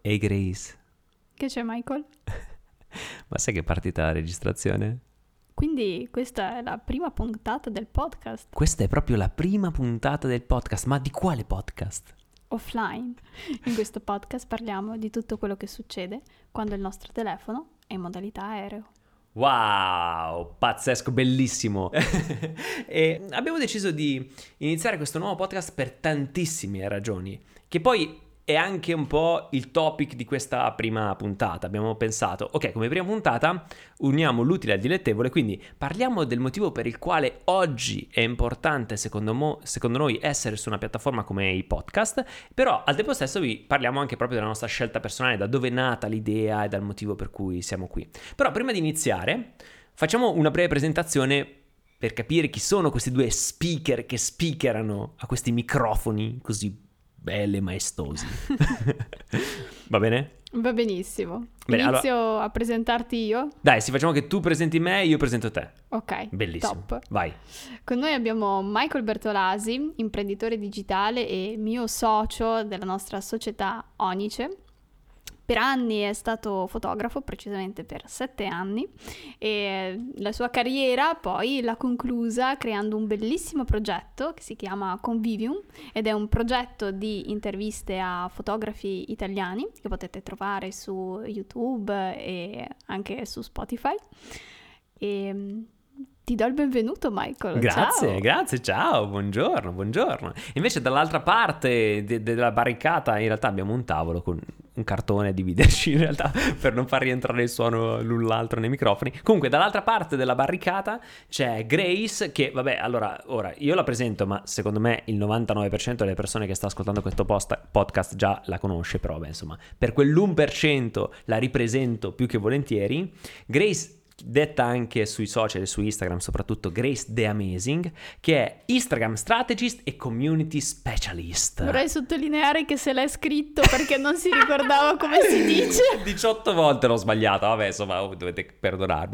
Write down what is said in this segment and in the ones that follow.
Ehi Grace, Che c'è, Michael? ma sai che è partita la registrazione? Quindi questa è la prima puntata del podcast Questa è proprio la prima puntata del podcast, ma di quale podcast? offline. In questo podcast parliamo di tutto quello che succede quando il nostro telefono è in modalità aereo. Wow, pazzesco, bellissimo! E abbiamo deciso di iniziare questo nuovo podcast per tantissime ragioni, che poi è anche un po' il topic di questa prima puntata. Abbiamo pensato, ok, come prima puntata uniamo l'utile al dilettevole, quindi parliamo del motivo per il quale oggi è importante, secondo noi, essere su una piattaforma come i podcast, però al tempo stesso vi parliamo anche proprio della nostra scelta personale, da dove è nata l'idea e dal motivo per cui siamo qui. Però prima di iniziare facciamo una breve presentazione per capire chi sono questi due speaker che speakerano a questi microfoni così belli e maestosi. Va bene? Va benissimo. Bene, Inizio a presentarti io? Dai, sì, facciamo che tu presenti me e io presento te. Ok, Bellissimo. top. Vai. Con noi abbiamo Michael Bertolasi, imprenditore digitale e mio socio della nostra società Onice. Per anni è stato fotografo, precisamente per 7 anni, e la sua carriera poi l'ha conclusa creando un bellissimo progetto che si chiama Convivium ed è un progetto di interviste a fotografi italiani che potete trovare su YouTube e anche su Spotify. E ti do il benvenuto, Michael. Grazie, ciao, buongiorno. Invece dall'altra parte della barricata in realtà abbiamo un tavolo con un cartone a dividerci in realtà per non far rientrare il suono l'un l'altro nei microfoni. Comunque dall'altra parte della barricata c'è Grace che, vabbè, allora, ora io la presento, ma secondo me il 99% delle persone che sta ascoltando questo podcast già la conosce, però beh, insomma, per quell'1% la ripresento più che volentieri. Grace, detta anche sui social e su Instagram, soprattutto Grace The Amazing, che è Instagram Strategist e Community Specialist. Vorrei sottolineare che se l'è scritto perché non si ricordava come si dice. 18 volte l'ho sbagliato, vabbè, insomma, dovete perdonarmi.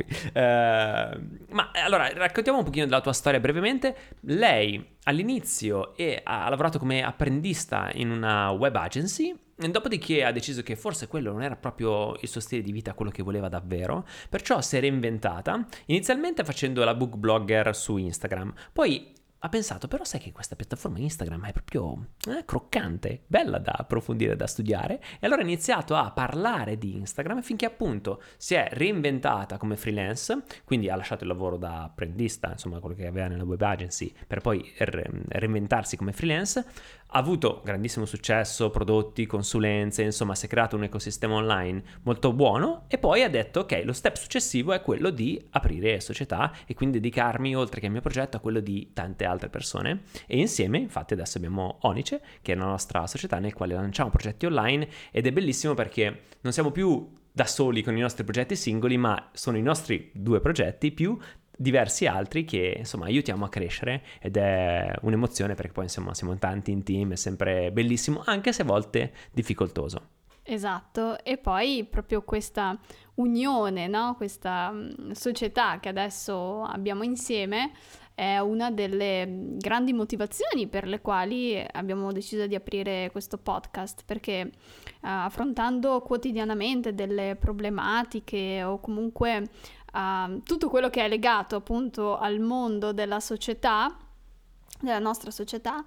Ma allora, raccontiamo un pochino della tua storia brevemente. Lei all'inizio ha lavorato come apprendista in una web agency. Dopodiché ha deciso che forse quello non era proprio il suo stile di vita, quello che voleva davvero, perciò si è reinventata, inizialmente facendo la book blogger su Instagram, poi ha pensato, però sai che questa piattaforma Instagram è proprio croccante, bella da approfondire, da studiare, e allora ha iniziato a parlare di Instagram finché appunto si è reinventata come freelance, quindi ha lasciato il lavoro da apprendista, insomma quello che aveva nella web agency, per poi reinventarsi come freelance. Ha avuto grandissimo successo, prodotti, consulenze, insomma si è creato un ecosistema online molto buono e poi ha detto ok, lo step successivo è quello di aprire società e quindi dedicarmi oltre che al mio progetto a quello di tante altre persone, e insieme infatti adesso abbiamo Onice, che è la nostra società nel quale lanciamo progetti online, ed è bellissimo perché non siamo più da soli con i nostri progetti singoli, ma sono i nostri 2 progetti più diversi altri che insomma aiutiamo a crescere, ed è un'emozione perché poi insomma siamo tanti in team, è sempre bellissimo anche se a volte difficoltoso. Esatto, e poi proprio questa unione, no? Questa società che adesso abbiamo insieme è una delle grandi motivazioni per le quali abbiamo deciso di aprire questo podcast, perché affrontando quotidianamente delle problematiche o comunque tutto quello che è legato appunto al mondo della società, della nostra società,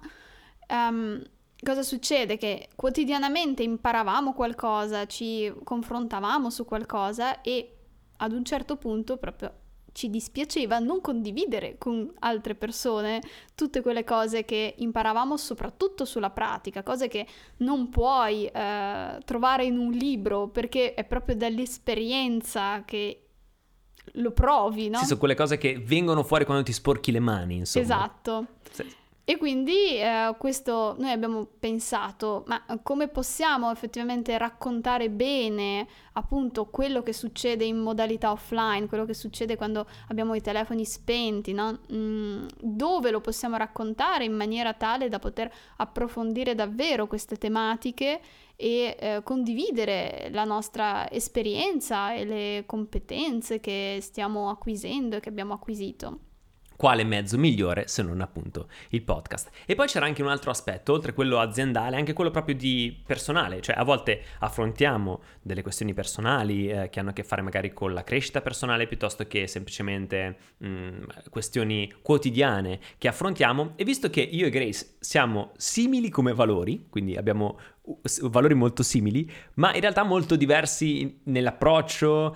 cosa succede? Che quotidianamente imparavamo qualcosa, ci confrontavamo su qualcosa e ad un certo punto proprio ci dispiaceva non condividere con altre persone tutte quelle cose che imparavamo, soprattutto sulla pratica, cose che non puoi trovare in un libro perché è proprio dall'esperienza che lo provi, no? Sì, sono quelle cose che vengono fuori quando ti sporchi le mani, insomma. Esatto. Sì. E quindi questo noi abbiamo pensato, ma come possiamo effettivamente raccontare bene appunto quello che succede in modalità offline, quello che succede quando abbiamo i telefoni spenti, no? Dove lo possiamo raccontare in maniera tale da poter approfondire davvero queste tematiche e condividere la nostra esperienza e le competenze che stiamo acquisendo e che abbiamo acquisito. quale mezzo migliore se non appunto il podcast. E poi c'era anche un altro aspetto, oltre quello aziendale, anche quello proprio di personale, cioè a volte affrontiamo delle questioni personali che hanno a che fare magari con la crescita personale piuttosto che semplicemente questioni quotidiane che affrontiamo, e visto che io e Grace siamo simili come valori, quindi abbiamo valori molto simili, ma in realtà molto diversi nell'approccio,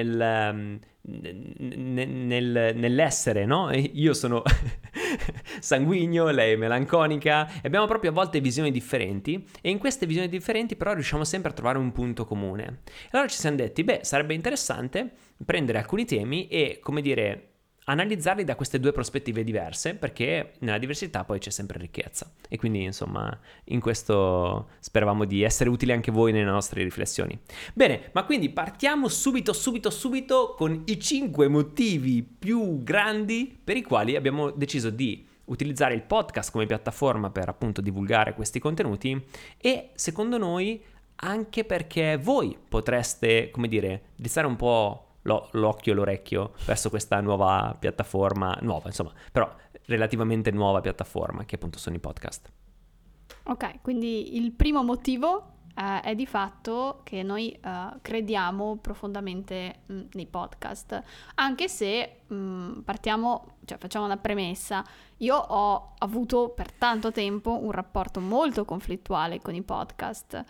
nell'essere, no? Io sono sanguigno, lei è melanconica, e abbiamo proprio a volte visioni differenti, e in queste visioni differenti però riusciamo sempre a trovare un punto comune. Allora ci siamo detti, sarebbe interessante prendere alcuni temi e, come dire, analizzarli da queste due prospettive diverse, perché nella diversità poi c'è sempre ricchezza, e quindi insomma in questo speravamo di essere utili anche voi nelle nostre riflessioni. Bene, ma quindi partiamo subito con i 5 motivi più grandi per i quali abbiamo deciso di utilizzare il podcast come piattaforma per appunto divulgare questi contenuti, e secondo noi anche perché voi potreste, come dire, drizzare un po' l'occhio, l'orecchio verso questa nuova piattaforma, nuova insomma, però relativamente nuova piattaforma che appunto sono i podcast. Ok, quindi il primo motivo è di fatto che noi crediamo profondamente nei podcast, anche se facciamo una premessa. Io ho avuto per tanto tempo un rapporto molto conflittuale con i podcast.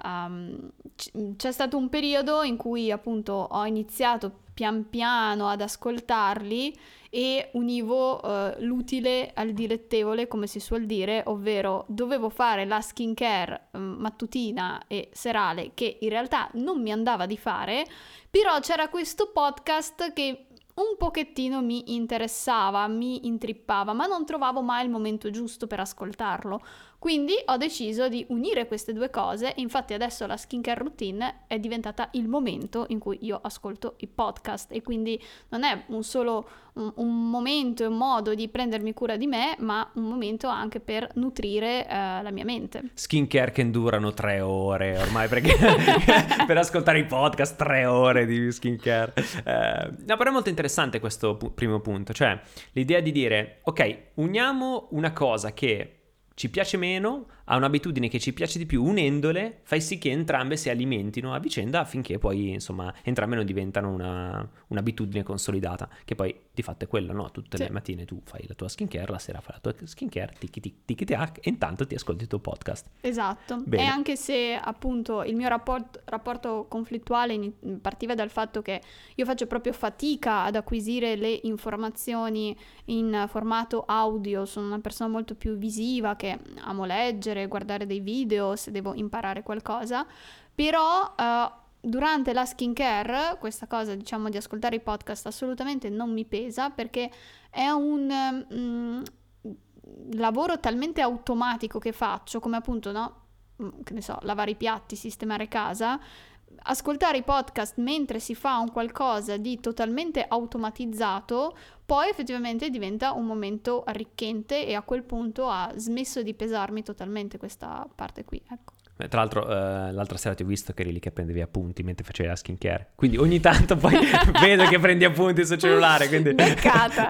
C'è stato un periodo in cui appunto ho iniziato pian piano ad ascoltarli e univo l'utile al dilettevole, come si suol dire, ovvero dovevo fare la skincare mattutina e serale, che in realtà non mi andava di fare, però c'era questo podcast che un pochettino mi interessava, mi intrippava, ma non trovavo mai il momento giusto per ascoltarlo. Quindi ho deciso di unire queste due cose, e infatti adesso la skincare routine è diventata il momento in cui io ascolto i podcast, e quindi non è solo un momento e un modo di prendermi cura di me, ma un momento anche per nutrire la mia mente. Skincare che durano 3 ore ormai, perché per ascoltare i podcast 3 ore di skincare. No, però è molto interessante questo primo punto, cioè l'idea di dire ok, uniamo una cosa che ci piace meno a un'abitudine che ci piace di più, unendole fai sì che entrambe si alimentino a vicenda affinché poi insomma entrambe non diventano un'abitudine consolidata, che poi di fatto è quello, no? Tutte le mattine tu fai la tua skincare, la sera fai la tua skincare, tic tac, e intanto ti ascolti il tuo podcast. Esatto. Bene. E anche se appunto il mio rapporto conflittuale partiva dal fatto che io faccio proprio fatica ad acquisire le informazioni in formato audio, sono una persona molto più visiva, che amo leggere, guardare dei video se devo imparare qualcosa, però durante la skincare questa cosa, diciamo, di ascoltare i podcast assolutamente non mi pesa, perché è un lavoro talmente automatico che faccio, come appunto, no, che ne so, lavare i piatti, sistemare casa. Ascoltare i podcast mentre si fa un qualcosa di totalmente automatizzato poi effettivamente diventa un momento arricchente, e a quel punto ha smesso di pesarmi totalmente questa parte qui, ecco. Tra l'altro l'altra sera ti ho visto che eri lì che prendevi appunti mentre facevi la skincare, quindi ogni tanto poi vedo che prendi appunti sul cellulare, quindi beccata.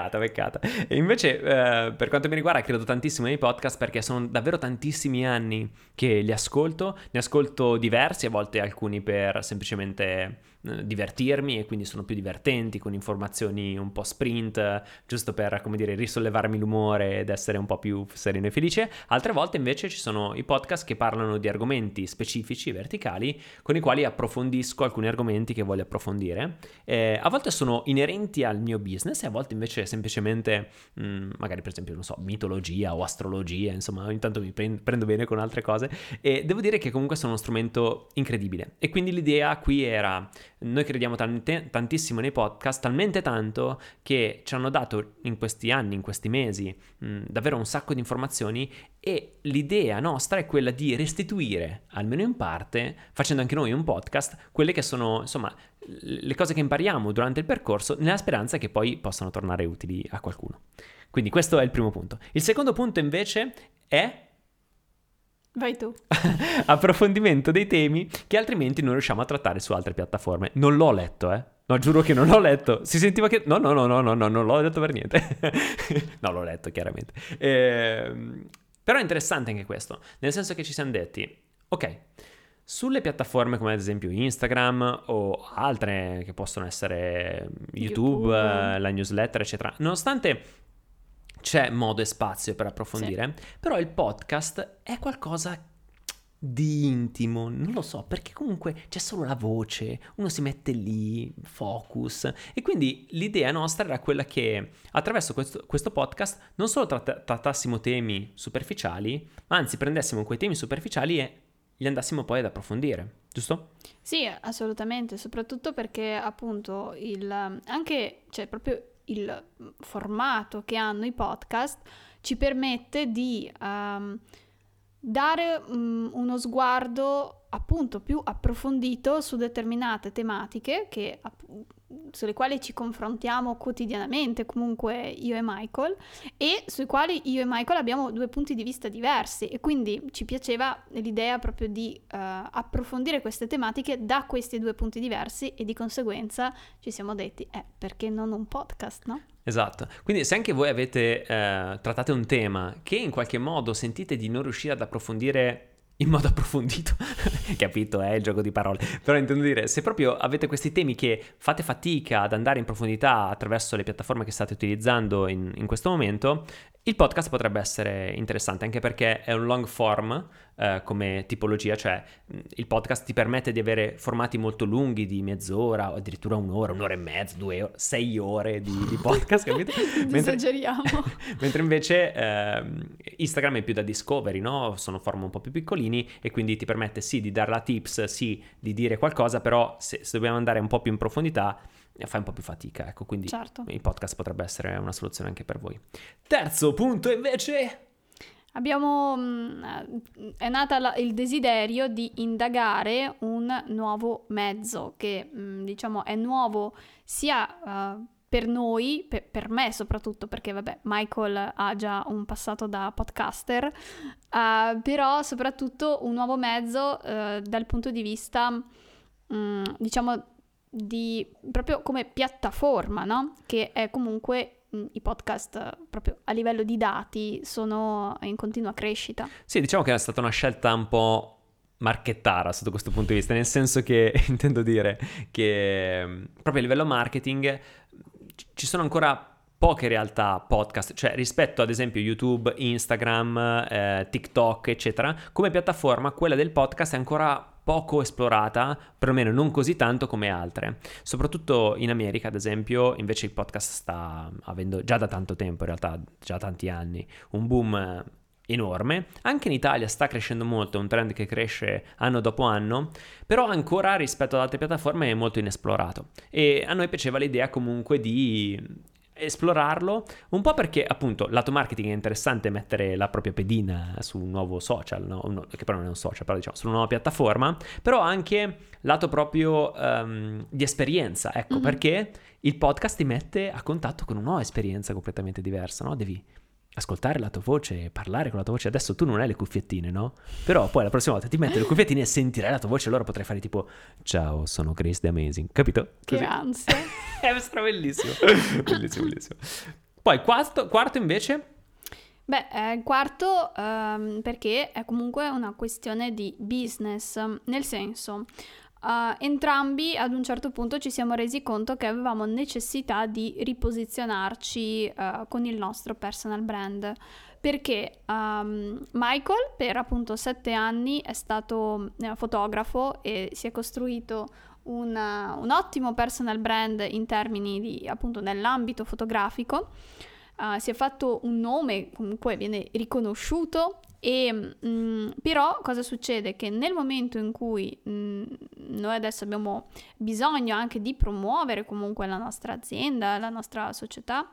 E invece per quanto mi riguarda credo tantissimo nei podcast, perché sono davvero tantissimi anni che li ascolto, ne ascolto diversi, a volte alcuni per semplicemente divertirmi, e quindi sono più divertenti, con informazioni un po' sprint, giusto per, come dire, risollevarmi l'umore ed essere un po' più sereno e felice. Altre volte invece ci sono i podcast che parlano di argomenti specifici, verticali, con i quali approfondisco alcuni argomenti che voglio approfondire. A volte sono inerenti al mio business, e a volte invece semplicemente magari per esempio, non so, mitologia o astrologia, insomma ogni tanto mi prendo bene con altre cose, e devo dire che comunque sono uno strumento incredibile. E quindi l'idea qui era: noi crediamo tantissimo nei podcast, talmente tanto che ci hanno dato in questi anni, in questi mesi, davvero un sacco di informazioni, e l'idea nostra è quella di restituire, almeno in parte, facendo anche noi un podcast, quelle che sono, insomma, le cose che impariamo durante il percorso, nella speranza che poi possano tornare utili a qualcuno. Quindi questo è il primo punto. Il secondo punto invece è... Vai tu. Approfondimento dei temi che altrimenti non riusciamo a trattare su altre piattaforme. Non l'ho letto, No, giuro che non l'ho letto. Si sentiva che... No, non l'ho letto per niente. No, l'ho letto, chiaramente. Però è interessante anche questo, nel senso che ci siamo detti, ok, sulle piattaforme come ad esempio Instagram o altre che possono essere YouTube. La newsletter, eccetera, nonostante c'è modo e spazio per approfondire, però il podcast è qualcosa di intimo, non lo so, perché comunque c'è solo la voce, uno si mette lì, focus, e quindi l'idea nostra era quella che attraverso questo podcast non solo trattassimo temi superficiali, ma anzi prendessimo quei temi superficiali e li andassimo poi ad approfondire, giusto? Sì, assolutamente, soprattutto perché appunto anche, cioè proprio il formato che hanno i podcast ci permette di dare uno sguardo appunto più approfondito su determinate tematiche sulle quali ci confrontiamo quotidianamente, comunque io e Michael, e sui quali io e Michael abbiamo due punti di vista diversi, e quindi ci piaceva l'idea proprio di approfondire queste tematiche da questi due punti diversi, e di conseguenza ci siamo detti, perché non un podcast, no? Esatto, quindi se anche voi avete trattate un tema che in qualche modo sentite di non riuscire ad approfondire in modo approfondito, capito, è il gioco di parole, però intendo dire, se proprio avete questi temi che fate fatica ad andare in profondità attraverso le piattaforme che state utilizzando in questo momento, il podcast potrebbe essere interessante, anche perché è un long form come tipologia, cioè il podcast ti permette di avere formati molto lunghi di mezz'ora o addirittura un'ora e mezza, 2 ore, 6 ore di podcast, capito? Esageriamo. Mentre invece Instagram è più da discovery, no? Sono format un po' più piccolini e quindi ti permette sì di dare la tips, sì di dire qualcosa, però se dobbiamo andare un po' più in profondità fai un po' più fatica, ecco, quindi certo. Il podcast potrebbe essere una soluzione anche per voi. Terzo punto invece... È nata il desiderio di indagare un nuovo mezzo che diciamo è nuovo sia per noi, per me soprattutto, perché vabbè, Michael ha già un passato da podcaster, però soprattutto un nuovo mezzo dal punto di vista diciamo proprio come piattaforma, no? Che è comunque i podcast proprio a livello di dati sono in continua crescita. Sì, diciamo che è stata una scelta un po' marchettara sotto questo punto di vista, nel senso che intendo dire che proprio a livello marketing ci sono ancora poche realtà podcast, cioè rispetto ad esempio YouTube, Instagram, TikTok, eccetera, come piattaforma quella del podcast è ancora poco esplorata, perlomeno non così tanto come altre. Soprattutto in America, ad esempio, invece il podcast sta avendo già da tanto tempo, in realtà già tanti anni, un boom enorme. Anche in Italia sta crescendo molto, è un trend che cresce anno dopo anno, però ancora rispetto ad altre piattaforme è molto inesplorato. E a noi piaceva l'idea comunque di esplorarlo, un po' perché appunto lato marketing è interessante mettere la propria pedina su un nuovo social, no? Che però non è un social, però diciamo su una nuova piattaforma, però anche lato proprio di esperienza, ecco, perché il podcast ti mette a contatto con una nuova esperienza completamente diversa, no? Devi ascoltare la tua voce, parlare con la tua voce. Adesso tu non hai le cuffiettine, no? Però poi la prossima volta ti metti le cuffiettine e sentirai la tua voce, allora potrai fare tipo ciao, sono Chris The Amazing, capito? Così. Che ansia. È stato bellissimo. Bellissimo. Poi quarto invece? Beh, quarto perché è comunque una questione di business, nel senso entrambi ad un certo punto ci siamo resi conto che avevamo necessità di riposizionarci con il nostro personal brand, perché Michael per appunto 7 anni è stato fotografo e si è costruito un ottimo personal brand in termini di appunto nell'ambito fotografico, si è fatto un nome, comunque viene riconosciuto. E però cosa succede? Che nel momento in cui noi adesso abbiamo bisogno anche di promuovere comunque la nostra azienda, la nostra società,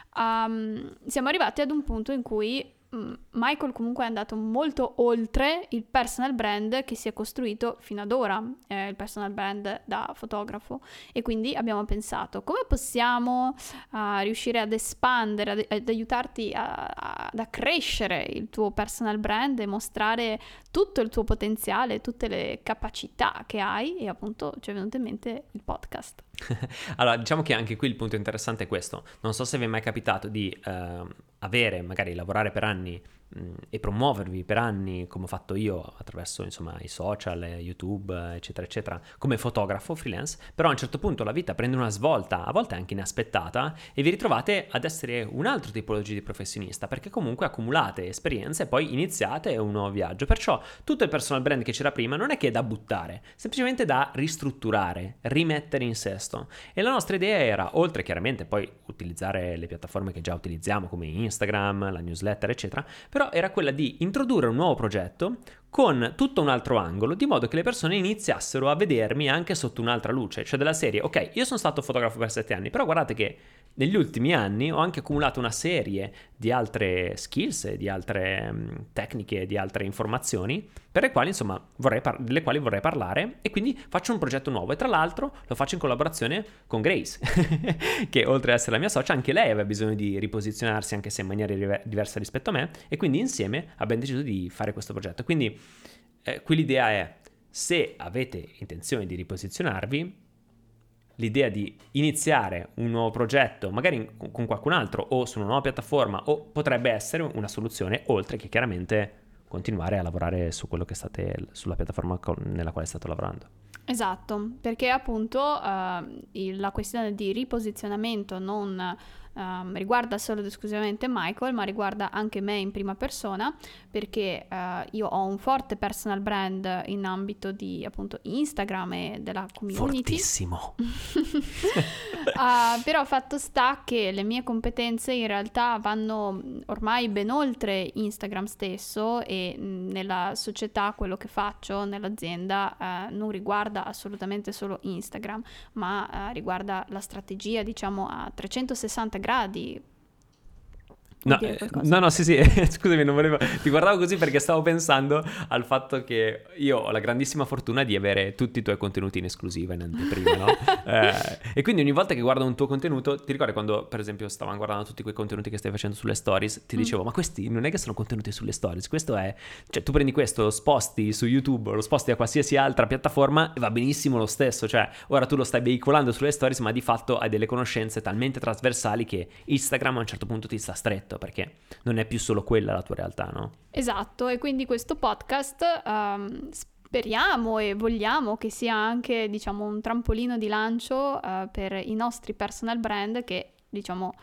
siamo arrivati ad un punto in cui Michael comunque è andato molto oltre il personal brand che si è costruito fino ad ora, il personal brand da fotografo, e quindi abbiamo pensato come possiamo riuscire ad espandere, ad aiutarti ad accrescere il tuo personal brand e mostrare tutto il tuo potenziale, tutte le capacità che hai, e appunto ci è venuto in mente il podcast. Allora, diciamo che anche qui il punto interessante è questo. Non so se vi è mai capitato di avere, magari lavorare per anni e promuovervi per anni, come ho fatto io attraverso insomma i social, YouTube, eccetera, eccetera, come fotografo freelance, però a un certo punto la vita prende una svolta, a volte anche inaspettata, e vi ritrovate ad essere un altro tipologia di professionista, perché comunque accumulate esperienze e poi iniziate un nuovo viaggio. Perciò tutto il personal brand che c'era prima non è che è da buttare, semplicemente da ristrutturare, rimettere in sesto. E la nostra idea era, oltre chiaramente poi utilizzare le piattaforme che già utilizziamo come Instagram, la newsletter, eccetera, però era quella di introdurre un nuovo progetto con tutto un altro angolo, di modo che le persone iniziassero a vedermi anche sotto un'altra luce, cioè della serie, ok, io sono stato fotografo per 7 anni, però guardate che negli ultimi anni ho anche accumulato una serie di altre skills, di altre tecniche, di altre informazioni, per le quali insomma delle quali vorrei parlare, e quindi faccio un progetto nuovo, e tra l'altro lo faccio in collaborazione con Grace, che oltre ad essere la mia socia, anche lei aveva bisogno di riposizionarsi, anche se in maniera diversa rispetto a me, e quindi insieme abbiamo deciso di fare questo progetto. Quindi qui l'idea è, se avete intenzione di riposizionarvi, l'idea di iniziare un nuovo progetto, magari con qualcun altro o su una nuova piattaforma, o potrebbe essere una soluzione, oltre che chiaramente continuare a lavorare su quello che sulla piattaforma nella quale state lavorando. Esatto, perché appunto la questione di riposizionamento non riguarda solo ed esclusivamente Michael, ma riguarda anche me in prima persona, perché io ho un forte personal brand in ambito di appunto Instagram e della community. Fortissimo! Però fatto sta che le mie competenze in realtà vanno ormai ben oltre Instagram stesso, e nella società quello che faccio nell'azienda non riguarda assolutamente solo Instagram, ma riguarda la strategia, diciamo, a 360 gradi. No, sì, scusami, non volevo, ti guardavo così perché stavo pensando al fatto che io ho la grandissima fortuna di avere tutti i tuoi contenuti in esclusiva, in anteprima, no? E quindi ogni volta che guardo un tuo contenuto, ti ricordi quando per esempio stavamo guardando tutti quei contenuti che stai facendo sulle stories, ti dicevo, ma questi non è che sono contenuti sulle stories, questo è, cioè tu prendi questo, lo sposti su YouTube, lo sposti a qualsiasi altra piattaforma e va benissimo lo stesso, cioè ora tu lo stai veicolando sulle stories, ma di fatto hai delle conoscenze talmente trasversali che Instagram a un certo punto ti sta stretto, perché non è più solo quella la tua realtà, no? Esatto, e quindi questo podcast speriamo e vogliamo che sia anche, diciamo, un trampolino di lancio per i nostri personal brand che, diciamo,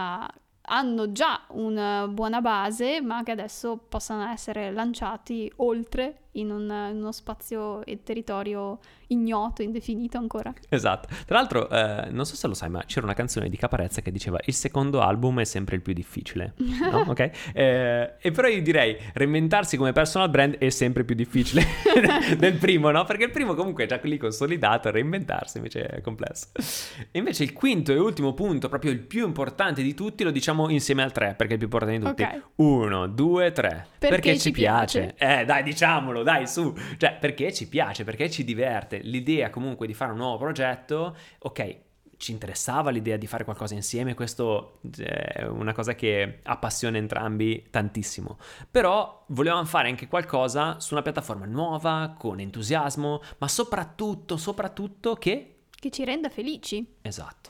hanno già una buona base, ma che adesso possano essere lanciati oltre in uno spazio e territorio ignoto, indefinito ancora. Esatto. Tra l'altro, non so se lo sai, ma c'era una canzone di Caparezza che diceva il secondo album è sempre il più difficile, no? Ok? E però io direi reinventarsi come personal brand è sempre più difficile del primo, no? Perché il primo comunque è già lì consolidato, reinventarsi invece è complesso. E invece il quinto e ultimo punto, proprio il più importante di tutti, lo diciamo insieme al 3, perché è il più importante di tutti. Okay. 1, 2, 3. Perché ci piace. Dai, diciamolo, dai, su. Cioè, perché ci piace, perché ci diverte. L'idea comunque di fare un nuovo progetto, ok, ci interessava l'idea di fare qualcosa insieme, questo è una cosa che appassiona entrambi tantissimo, però volevamo fare anche qualcosa su una piattaforma nuova, con entusiasmo, ma soprattutto che ci renda felici. Esatto.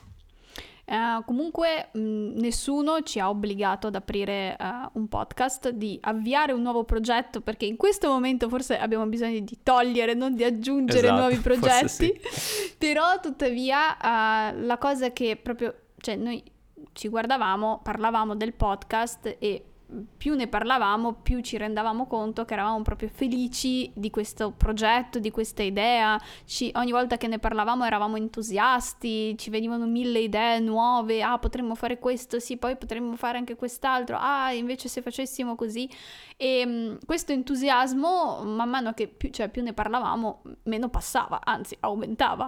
Comunque nessuno ci ha obbligato ad aprire un podcast, di avviare un nuovo progetto, perché in questo momento forse abbiamo bisogno di togliere, non di aggiungere nuovi progetti. Sì. Però tuttavia la cosa che proprio, cioè noi ci guardavamo, parlavamo del podcast e più ne parlavamo, più ci rendavamo conto che eravamo proprio felici di questo progetto, di questa idea. Ogni volta che ne parlavamo eravamo entusiasti, ci venivano 1000 idee nuove. Potremmo fare questo, sì, poi potremmo fare anche quest'altro. Invece se facessimo così. E questo entusiasmo, man mano che più ne parlavamo, meno passava, anzi aumentava.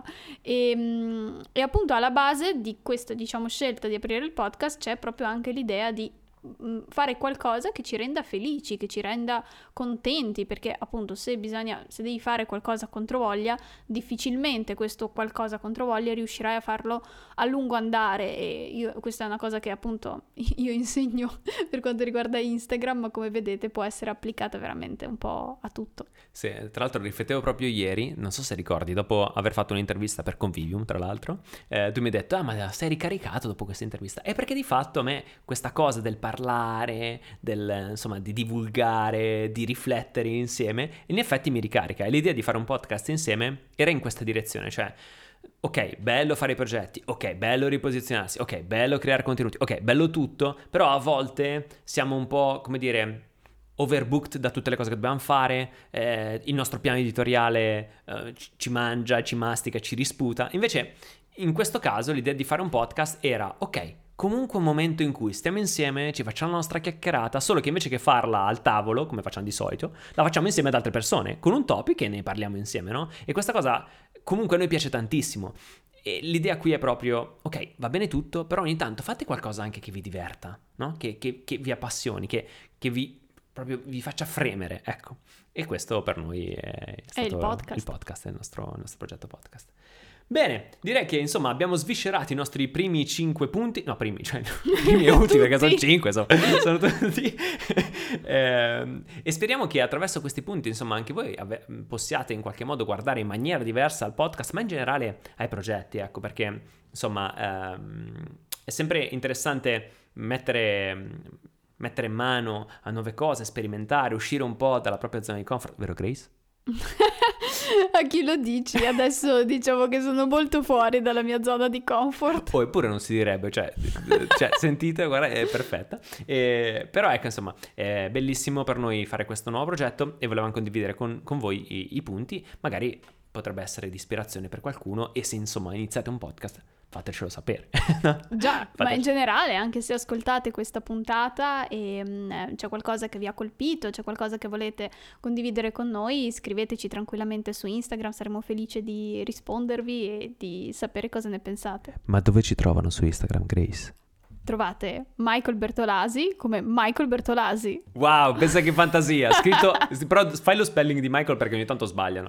E appunto alla base di questa, diciamo, scelta di aprire il podcast c'è proprio anche l'idea di fare qualcosa che ci renda felici, che ci renda contenti, perché appunto se devi fare qualcosa controvoglia, difficilmente questo qualcosa controvoglia riuscirai a farlo a lungo andare. E questa è una cosa che appunto io insegno per quanto riguarda Instagram, ma come vedete può essere applicata veramente un po' a tutto. Sì, tra l'altro riflettevo proprio ieri, non so se ricordi, dopo aver fatto un'intervista per Convivium, tra l'altro, tu mi hai detto, ma sei ricaricato dopo questa intervista? E perché di fatto a me questa cosa del parlare, insomma, di divulgare, di riflettere insieme, in effetti mi ricarica. E l'idea di fare un podcast insieme era in questa direzione, cioè, ok, bello fare i progetti, ok, bello riposizionarsi, ok, bello creare contenuti, ok, bello tutto, però a volte siamo un po', come dire, overbooked da tutte le cose che dobbiamo fare, il nostro piano editoriale ci mangia, ci mastica, ci risputa. Invece in questo caso l'idea di fare un podcast era, ok, comunque un momento in cui stiamo insieme, ci facciamo la nostra chiacchierata, solo che invece che farla al tavolo, come facciamo di solito, la facciamo insieme ad altre persone, con un topic e ne parliamo insieme, no? E questa cosa comunque a noi piace tantissimo. E l'idea qui è proprio, ok, va bene tutto, però ogni tanto fate qualcosa anche che vi diverta, no? Che vi appassioni, che proprio vi faccia fremere, ecco. E questo per noi è stato il podcast. È il nostro progetto podcast. Bene, direi che insomma abbiamo sviscerato i nostri primi 5 punti, no primi, cioè i primi e ultimi perché sono 5, sono tutti, e speriamo che attraverso questi punti insomma anche voi possiate in qualche modo guardare in maniera diversa al podcast, ma in generale ai progetti, ecco, perché insomma è sempre interessante mettere mano a nuove cose, sperimentare, uscire un po' dalla propria zona di comfort, vero Grace? A chi lo dici? Adesso diciamo che sono molto fuori dalla mia zona di comfort. Poi pure non si direbbe, cioè sentite, guarda, è perfetta. Però ecco, insomma, è bellissimo per noi fare questo nuovo progetto e volevamo condividere con voi i punti, magari potrebbe essere di ispirazione per qualcuno e se insomma iniziate un podcast fatecelo sapere. Già, ma in generale anche se ascoltate questa puntata e c'è qualcosa che vi ha colpito, c'è qualcosa che volete condividere con noi, scriveteci tranquillamente su Instagram, saremo felici di rispondervi e di sapere cosa ne pensate. Ma dove ci trovano su Instagram, Grace? Trovate Michael Bertolasi come Michael Bertolasi. Wow, pensa che fantasia, scritto, però fai lo spelling di Michael perché ogni tanto sbagliano.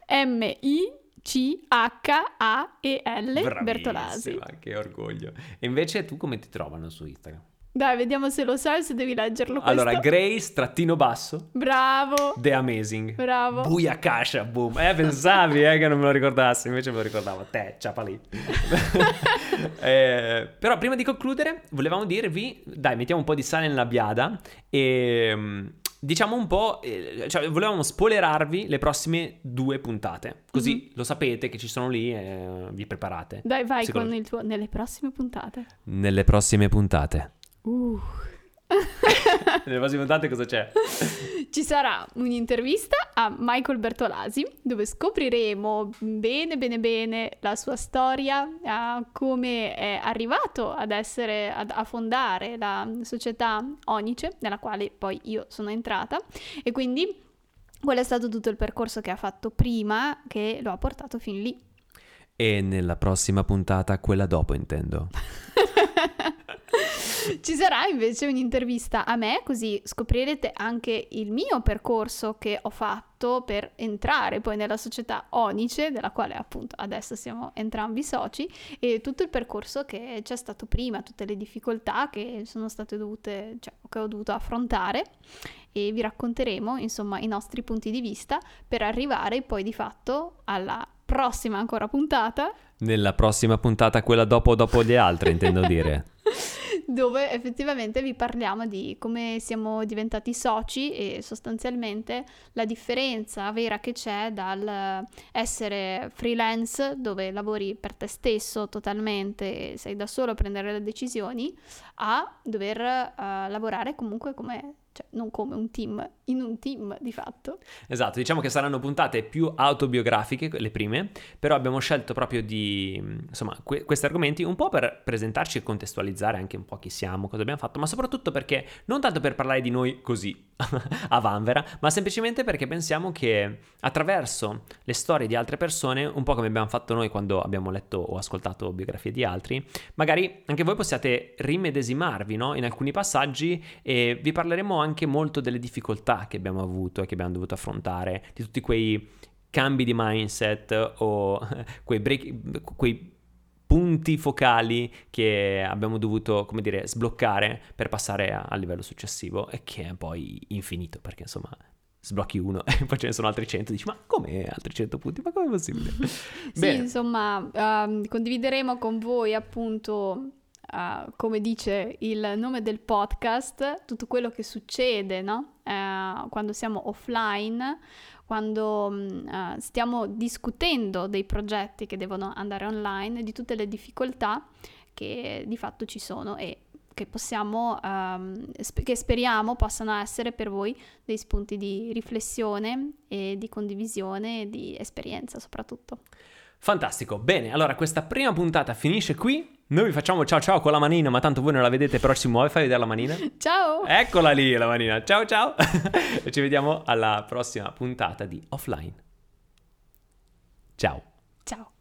Michael Bertolasi. Che orgoglio. E invece tu come ti trovano su Instagram? Dai, vediamo se lo sai o se devi leggerlo questo. Allora, Grace_basso. Bravo. The Amazing. Bravo. Booyakasha, boom. Pensavi che non me lo ricordassi, invece me lo ricordavo. Te, ciapa lì. Però prima di concludere, volevamo dirvi, dai, mettiamo un po' di sale nella biada e diciamo un po', cioè volevamo spoilerarvi le prossime 2 puntate, così lo sapete che ci sono lì e vi preparate. Dai, vai con il tuo nelle prossime puntate. Nelle prossime puntate. Nelle prossime puntate cosa c'è? Ci sarà un'intervista a Michael Bertolasi dove scopriremo bene la sua storia, come è arrivato a fondare la società Onice, nella quale poi io sono entrata, e quindi quello è stato tutto il percorso che ha fatto prima che lo ha portato fin lì. E nella prossima puntata, quella dopo intendo. Ci sarà invece un'intervista a me, così scoprirete anche il mio percorso che ho fatto per entrare poi nella società Onice, della quale appunto adesso siamo entrambi soci, e tutto il percorso che c'è stato prima, tutte le difficoltà che sono state dovute, cioè che ho dovuto affrontare, e vi racconteremo insomma i nostri punti di vista per arrivare poi di fatto alla prossima ancora puntata. Nella prossima puntata, quella dopo le altre, intendo dire. Dove effettivamente vi parliamo di come siamo diventati soci e sostanzialmente la differenza vera che c'è dal essere freelance, dove lavori per te stesso totalmente e sei da solo a prendere le decisioni, a dover lavorare comunque come cioè non come un team, in un team di fatto. Esatto, diciamo che saranno puntate più autobiografiche, le prime, però abbiamo scelto proprio di, insomma, questi argomenti un po' per presentarci e contestualizzare anche un po' chi siamo, cosa abbiamo fatto, ma soprattutto perché, non tanto per parlare di noi così, a vanvera, ma semplicemente perché pensiamo che attraverso le storie di altre persone, un po' come abbiamo fatto noi quando abbiamo letto o ascoltato biografie di altri, magari anche voi possiate rimedesimarvi, no? In alcuni passaggi, e vi parleremo anche molto delle difficoltà che abbiamo avuto e che abbiamo dovuto affrontare, di tutti quei cambi di mindset o quei punti focali che abbiamo dovuto, come dire, sbloccare per passare al livello successivo, e che è poi infinito, perché insomma sblocchi uno e poi ce ne sono altri 100, dici ma come altri 100 punti, ma come è possibile? Sì, insomma, condivideremo con voi appunto, come dice il nome del podcast, tutto quello che succede, no? Quando siamo offline, quando stiamo discutendo dei progetti che devono andare online, di tutte le difficoltà che di fatto ci sono e che possiamo, che speriamo possano essere per voi dei spunti di riflessione e di condivisione e di esperienza soprattutto. Fantastico, bene, allora questa prima puntata finisce qui, noi vi facciamo ciao ciao con la manina, ma tanto voi non la vedete, però ci muove, fai vedere la manina. Ciao! Eccola lì la manina, ciao ciao, e ci vediamo alla prossima puntata di Offline. Ciao. Ciao!